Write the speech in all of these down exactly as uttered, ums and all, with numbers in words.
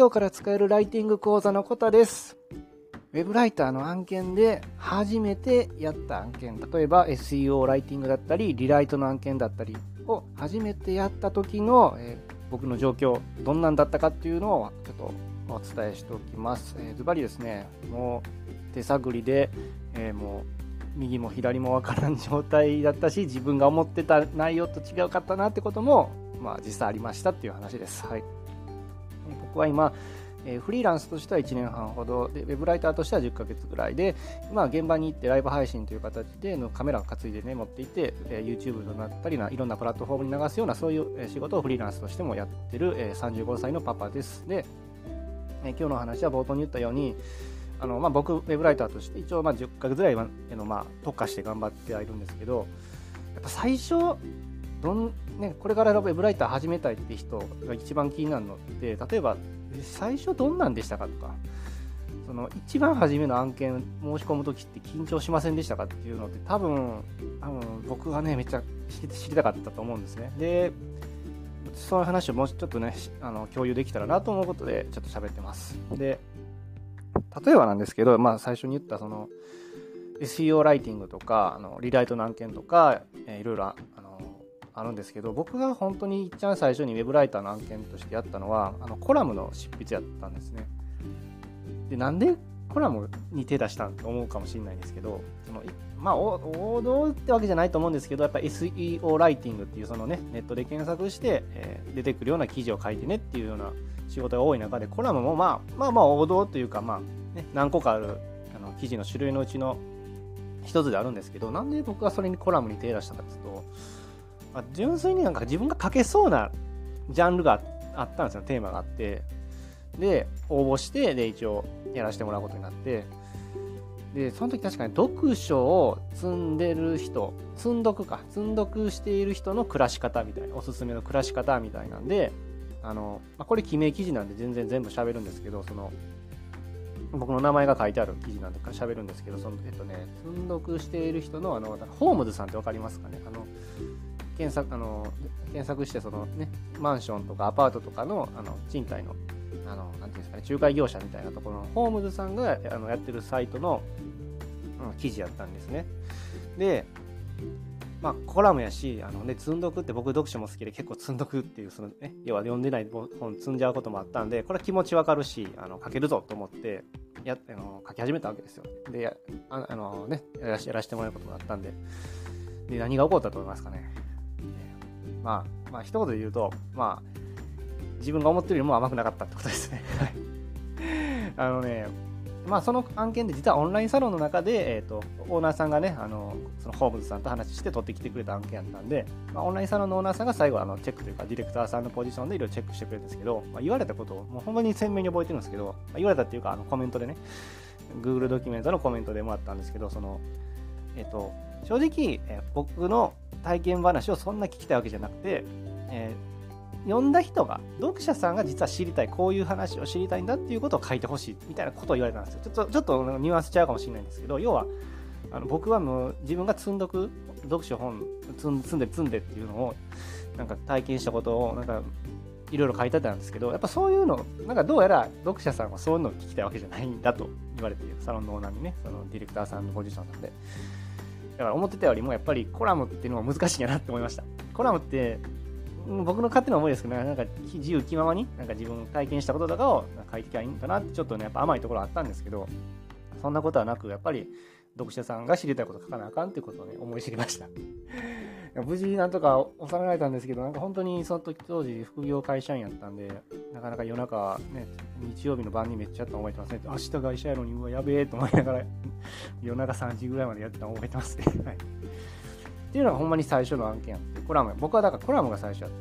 今日から使えるライティング講座のコタです。ウェブライターの案件で初めてやった案件、例えば エスイーオー ライティングだったりリライトの案件だったりを初めてやった時の、えー、僕の状況どんなんだったかっていうのをちょっとお伝えしておきます。えー、ズバリですね、もう手探りで、えー、もう右も左もわからん状態だったし、自分が思ってた内容と違うかったなってことも、まあ、実際ありましたっていう話です。はい、僕は今えー、フリーランスとしてはいちねんはんほどで、ウェブライターとしてはじゅっかげつぐらいで、まあ、現場に行ってライブ配信という形でのカメラを担いで、ね、持っていて、えー、YouTube となったりないろんなプラットフォームに流すようなそういう、えー、仕事をフリーランスとしてもやってる、えー、さんじゅうごさいのパパです。で、えー、今日の話は冒頭に言ったようにあの、まあ、僕ウェブライターとして一応まあじゅっかげつぐらいの、まあ、特化して頑張ってはいるんですけど、やっぱ最初どん、ね、これからウェブライター始めたいって人が一番気になるのって、例えば最初どんなんでしたかとか、その一番初めの案件申し込むときって緊張しませんでしたかっていうのって多分、多分僕はねめっちゃ知りたかったと思うんですね。で、そういう話をもうちょっとねあの共有できたらなと思うことでちょっと喋ってます。で、例えばなんですけど、まあ最初に言ったその エスイーオー ライティングとかあのリライトの案件とか、えー、いろいろあのあるんですけど、僕が本当に一番最初にウェブライターの案件としてやったのはあのコラムの執筆やったんですね。で、なんでコラムに手出したんと思うかもしれないんですけど、そのまあ王道ってわけじゃないと思うんですけど、やっぱ エスイーオー ライティングっていうそのねネットで検索して、えー、出てくるような記事を書いてねっていうような仕事が多い中で、コラムもまあまあまあ王道というか、まあ、ね、何個かあるあの記事の種類のうちの一つであるんですけど、なんで僕はそれにコラムに手出したかっていうと、まあ、純粋になんか自分が書けそうなジャンルがあったんですよ。テーマがあって、で応募して、で一応やらせてもらうことになって、でその時確かに読書を積んでる人、積んどくか積んどくしている人の暮らし方みたいな、おすすめの暮らし方みたいなんで、あの、まあ、これ記名記事なんで全然全部喋るんですけど、その僕の名前が書いてある記事なんで喋るんですけど、そのえっとね積んどくしている人のあのホームズさんってわかりますかね。あの検索、あの検索してその、ね、マンションとかアパートとか の, あの賃貸の、あのなんていうんですかね、仲介業者みたいなところのホームズさんがあのやってるサイトの、うん、記事やったんですね。で、まあ、コラムやし、あの、ね、積んどくって僕読書も好きで結構積んどくっていうその、ね、要は読んでない本積んじゃうこともあったんで、これは気持ちわかるし、あの書けるぞと思ってやあの書き始めたわけですよ。で、ああの、ね、やらし、やらせてもらうこともあったんで、で何が起こったと思いますかね。まあ、まあ一言で言うと、まあ自分が思ってるよりも甘くなかったってことですね。あのね、まあその案件で実はオンラインサロンの中で、えっとオーナーさんがね、あのそのホームズさんと話して取ってきてくれた案件やったんで、まあ、オンラインサロンのオーナーさんが最後あのチェックというかディレクターさんのポジションでいろいろチェックしてくれるんですけど、まあ、言われたことをもう本当に鮮明に覚えてるんですけど、まあ、言われたっていうかあのコメントでね、Google ドキュメントのコメントでもらったんですけど、そのえっと正直、えー、僕の体験話をそんな聞きたいわけじゃなくて、えー、読んだ人が、読者さんが実は知りたい、こういう話を知りたいんだっていうことを書いてほしいみたいなことを言われたんですよ。ちょっとちょっとニュアンスちゃうかもしれないんですけど、要はあの僕はもう自分が積んどく読書本積んで積んでっていうのをなんか体験したことをなんかいろいろ書いてたんですけど、やっぱそういうのなんかどうやら読者さんはそういうのを聞きたいわけじゃないんだと言われている、サロンのオーナーにね、そのディレクターさんのポジションなんで。だから思ってたよりもやっぱりコラムっていうのは難しいんやなって思いました。コラムって僕の勝手な思いですけど、なんか自由気ままになんか自分が体験したこととかを書いてきゃいいんだなってちょっとねやっぱ甘いところあったんですけど、そんなことはなくやっぱり読者さんが知りたいこと書かなあかんっていうことをね思い知りました。無事なんとか収められたんですけど、なんか本当にその時当時副業会社員やったんで、なかなか夜中ね日曜日の晩にめっちゃやったの覚えてますね。明日会社やのにうわやべえと思いながら夜中さんじぐらいまでやってたの覚えてますね。はい。っていうのがほんまに最初の案件やって、コラム僕はだからコラムが最初やって、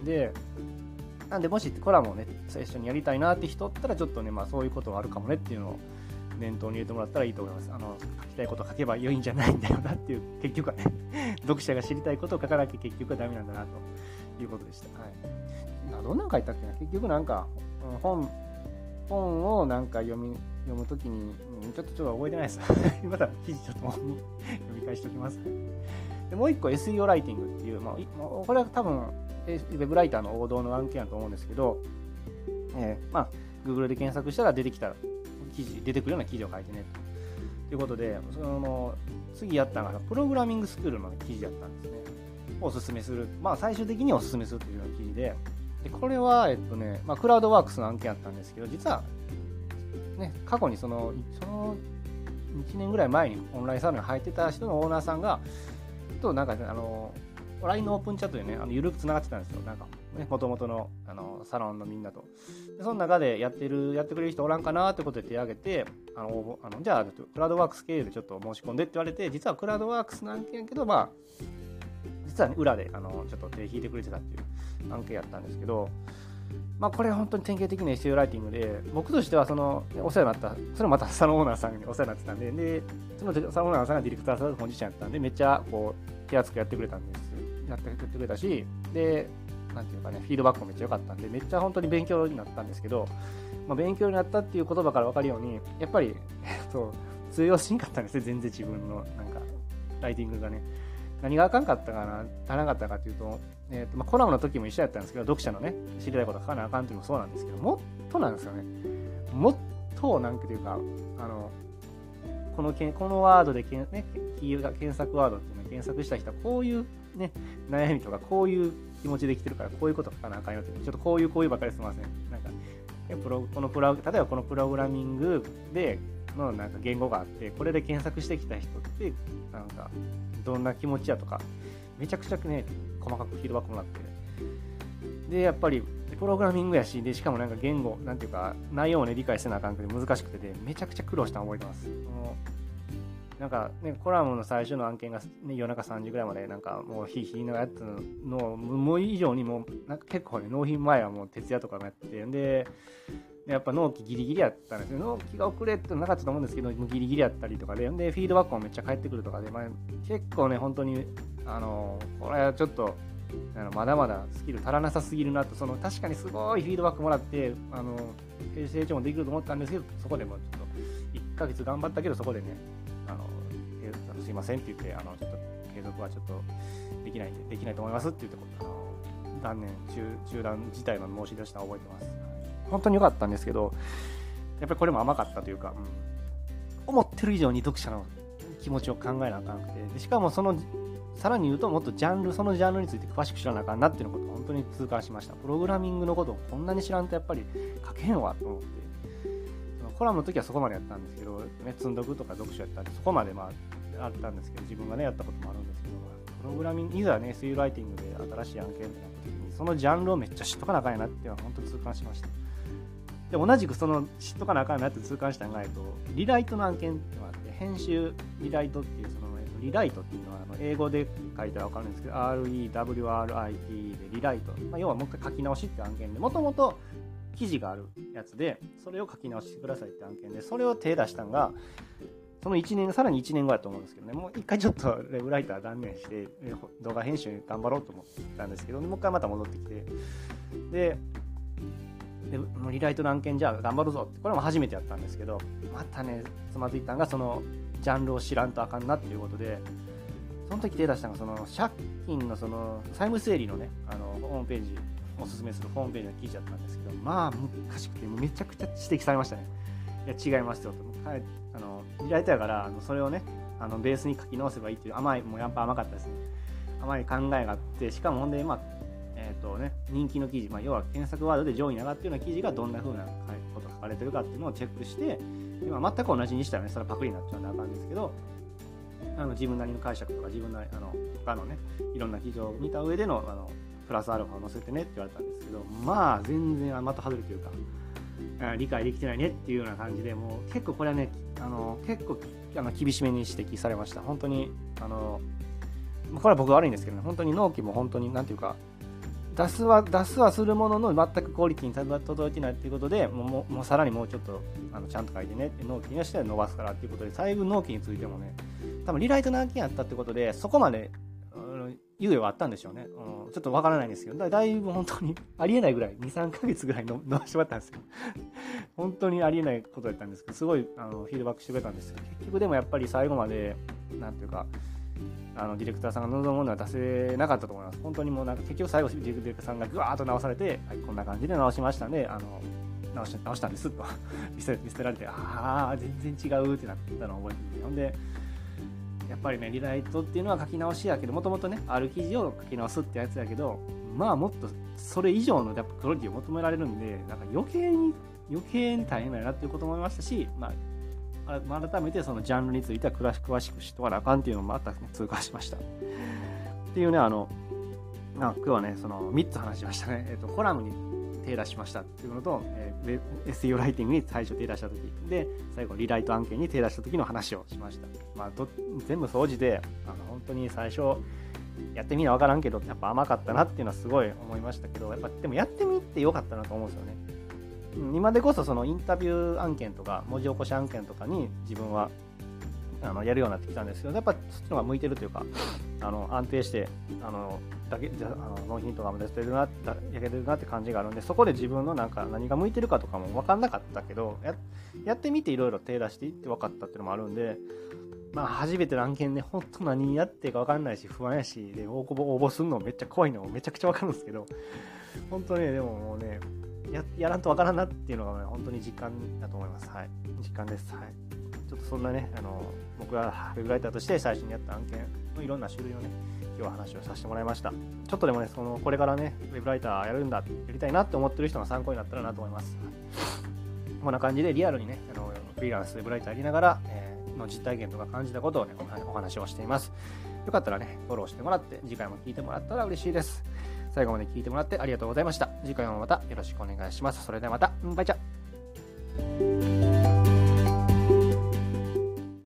でなんでもしコラムをね最初にやりたいなって人ったらちょっとねまあそういうことがあるかもねっていうのを念頭に入れてもらったらいいと思います。あの書きたいことを書けば良いんじゃないんだよなっていう、結局はね読者が知りたいことを書かなきゃ結局はダメなんだなということでした。はい。どんなん書いたっけな。結局なんか本本をなんか読み読むときに、うん、ちょっとちょっと覚えてないです。また記事ちょっと読み返しておきます。でもう一個 エスイーオー ライティングっていう、まあ、これは多分ウェブライターの王道の案件だと思うんですけど、えー、まあ Google で検索したら出てきた記事、出てくるような記事を書いてねということで、その次やったのがプログラミングスクールの記事だったんですね。おすすめする、まあ最終的におすすめするというような記事で、でこれはえっとね、まあ、クラウドワークスの案件だったんですけど、実はね、過去にそのそのいちねんぐらい前にオンラインサロンに入ってた人のオーナーさんがとなんかあの ライン のオープンチャットでね、あの緩くつながってたんですよ。なんかね、元々のあのサロンのみんなと。でその中でやってるやってくれる人おらんかなということで手を挙げて、あのあのじゃあクラウドワークス経由でちょっと申し込んでって言われて、実はクラウドワークスの案件やけど、まあ実は、ね、裏であのちょっと手引いてくれてたっていう案件やったんですけど、まあこれは本当に典型的な エスイーオー ライティングで、僕としてはそのお世話になった、それまたサロンオーナーさんにお世話になってたんで、でそのサロンオーナーさんがディレクターさんの本自社やったんで、めっちゃこう手厚くやってくれたんです。やってくれたし、でなんていうかね、フィードバックもめっちゃ良かったんで、めっちゃ本当に勉強になったんですけど、まあ、勉強になったっていう言葉から分かるように、やっぱり、えっと、通用しんかったんですね、全然自分のなんかライティングがね。何があかんかったかな、足らなかったかというと、えーとまあ、コラムの時も一緒やったんですけど、読者のね、知りたいこと書かなあかんっていうのもそうなんですけど、もっとなんですよね。もっと、なんていうか、あの、このけこのワードでけん、ね、キーが検索ワードっていうのを検索した人は、こういう、ね、悩みとか、こういう気持ちできてるから、こういうこと書かなあかんよって、ちょっとこういう、こういうばっかりすみません。なんか、プロこのプラ例えばこのプログラミングでのなんか言語があって、これで検索してきた人って、なんか、どんな気持ちやとか、めちゃくちゃね、細かくフィードバックもらって、で、やっぱり、プログラミングやし、で、しかもなんか言語、なんていうか、内容をね、理解してなあかんくて難しくてで、めちゃくちゃ苦労したの覚えてます。もうなんかね、コラムの最初の案件が、ね、夜中さんじぐらいまで、なんかもう、ひひのやつの、もう以上にもう、なんか結構ね、納品前はもう徹夜とかもやってて、で、やっぱ納期ギリギリやったんですよ。納期が遅れってなかったと思うんですけど、ギリギリやったりとかで、で、フィードバックもめっちゃ返ってくるとかで、まあ、結構ね、本当に、あの、これはちょっと、あのまだまだスキル足らなさすぎるなと、その確かにすごいフィードバックもらって、あの、成長もできると思ったんですけど、そこでもちょっと、いっかげつ頑張ったけど、そこでね、あの、すいませんって言って、あの、ちょっと、継続はちょっとできない、できないと思いますって言って、あの、断念、中、中断自体の申し出したのを覚えてます。本当に良かったんですけど、やっぱりこれも甘かったというか、うん、思ってる以上に読者の気持ちを考えなあかんくて、でしかもその、さらに言うともっとジャンル、そのジャンルについて詳しく知らなあかんなっていうことを本当に痛感しました。プログラミングのことをこんなに知らんとやっぱり書けへんわと思って、コラムの時はそこまでやったんですけど、ね、積んどくとか読書やったんで、そこまでまああったんですけど、自分がね、やったこともあるんですけど、プログラミング、いざね、エスイーオー ライティングで新しい案件ってなった時に、そのジャンルをめっちゃ知っとかなあかんやなっていうのは本当に痛感しました。で、同じくその知っとかなあかんなって痛感したのが、えっと、リライトの案件ってのがあって、編集リライトっていう、その、えっと、リライトっていうのは、あの英語で書いたらわかるんですけど、アールイーダブリューアールアイティー でリライト。まあ、要はもう一回書き直しって案件で、もともと記事があるやつで、それを書き直してくださいって案件で、それを手出したのが、そのいちねん、さらにいちねんごだと思うんですけどね、もう一回ちょっとウェブライター断念して、動画編集頑張ろうと思ったんですけど、もう一回また戻ってきて、で、でもうリライトの案件じゃあ頑張るぞって、これも初めてやったんですけど、またね、つまずいたのが、そのジャンルを知らんとあかんなっていうことで、その時手出したのが、その借金のその債務整理のね、あのホームページ、おすすめするホームページの記事だったんですけど、まあ難しくてめちゃくちゃ指摘されましたね。いや違いますよと、はい、あのリライトやからあのそれをね、あのベースに書き直せばいいっていう甘い、もうやっぱ甘かったですね。甘い考えがあって、しかもほんでまあえーとね、人気の記事、まあ、要は検索ワードで上位に上がっているような記事がどんな風なことが書かれてるかっていうのをチェックして、まあ、全く同じにしたらね、それはパクリになっちゃうのはあかんですけど、あの自分なりの解釈とか自分なりあの他のね、いろんな記事を見た上での、あのプラスアルファを載せてねって言われたんですけど、まあ全然的外れというか、理解できてないねっていうような感じで、もう結構これはね、あの結構あの厳しめに指摘されました。本当にあのこれは僕が悪いんですけどね、本当に納期も本当になんていうか、出すは出すはするものの全くクオリティに届いてないということで、もう、もうさらにもうちょっとあのちゃんと書いてねって、納期にして伸ばすからっていうことで、最後納期についてもね、多分リライトの案件やったってことで、そこまで、うん、猶予はあったんでしょうね。うん、ちょっとわからないんですけど、だ, だいぶ本当にありえないぐらい、に、さんかげつぐらいの伸ばしてもらったんですよ。本当にありえないことだったんですけど、すごいあのフィードバックしてくれたんですけど、結局でもやっぱり最後まで、なんていうか、あのディレクターさんが望むものは出せなかったと思います。本当にもうなんか結局最後ディレクターさんがぐわーっと直されて、はい、こんな感じで直しましたんで、あの直し直したんですと見せ見せられて、ああ全然違うってなったのを覚えてて、ほんでやっぱりねリライトっていうのは書き直しやけど、もともとねある記事を書き直すってやつやけど、まあもっとそれ以上のやっぱクオリティを求められるんで、なんか余計に余計に大変だなっていうことも思いましたし、まあ改めてそのジャンルについては詳しく知っておかなあかんっていうのもまた、ね、通過しましたっていうね。あのあ今日はねそのみっつ話しましたね。えっとコラムに手出しましたっていうのと、えー、エスイーオー ライティングに最初手出した時で、最後リライト案件に手出した時の話をしました。まあど全部総じてあの本当に最初やってみな分からんけどやっぱ甘かったなっていうのはすごい思いましたけど、やっぱでもやってみてよかったなと思うんですよね。今でこそそのインタビュー案件とか文字起こし案件とかに自分はあのやるようになってきたんですけど、やっぱそっちの方が向いてるというか、あの安定してあのだけじゃあの納品とかも出てるなやけてるなって感じがあるんで、そこで自分のなんか何が向いてるかとかも分かんなかったけど、や, やってみていろいろ手出していって分かったっていうのもあるんで、まあ初めての案件ね、本当何やってか分かんないし不安やしで、応募応募するのめっちゃ怖いのめちゃくちゃ分かるんですけど、本当ねでももうね や, やらんと分からんなっていうのが、ね、本当に実感だと思います。はい、実感です。はい、ちょっとそんなねあの僕がウェブライターとして最初にやった案件のいろんな種類をね今日は話をさせてもらいました。ちょっとでもねそのこれからねウェブライターやるんだやりたいなって思ってる人の参考になったらなと思います。こんな感じでリアルにねあのフリーランスウェブライターやりながら、えー、の実体験とか感じたことをねお話をしています。よかったらねフォローしてもらって次回も聞いてもらったら嬉しいです。最後まで聞いてもらってありがとうございました。次回もまたよろしくお願いします。それではまたバイチャ。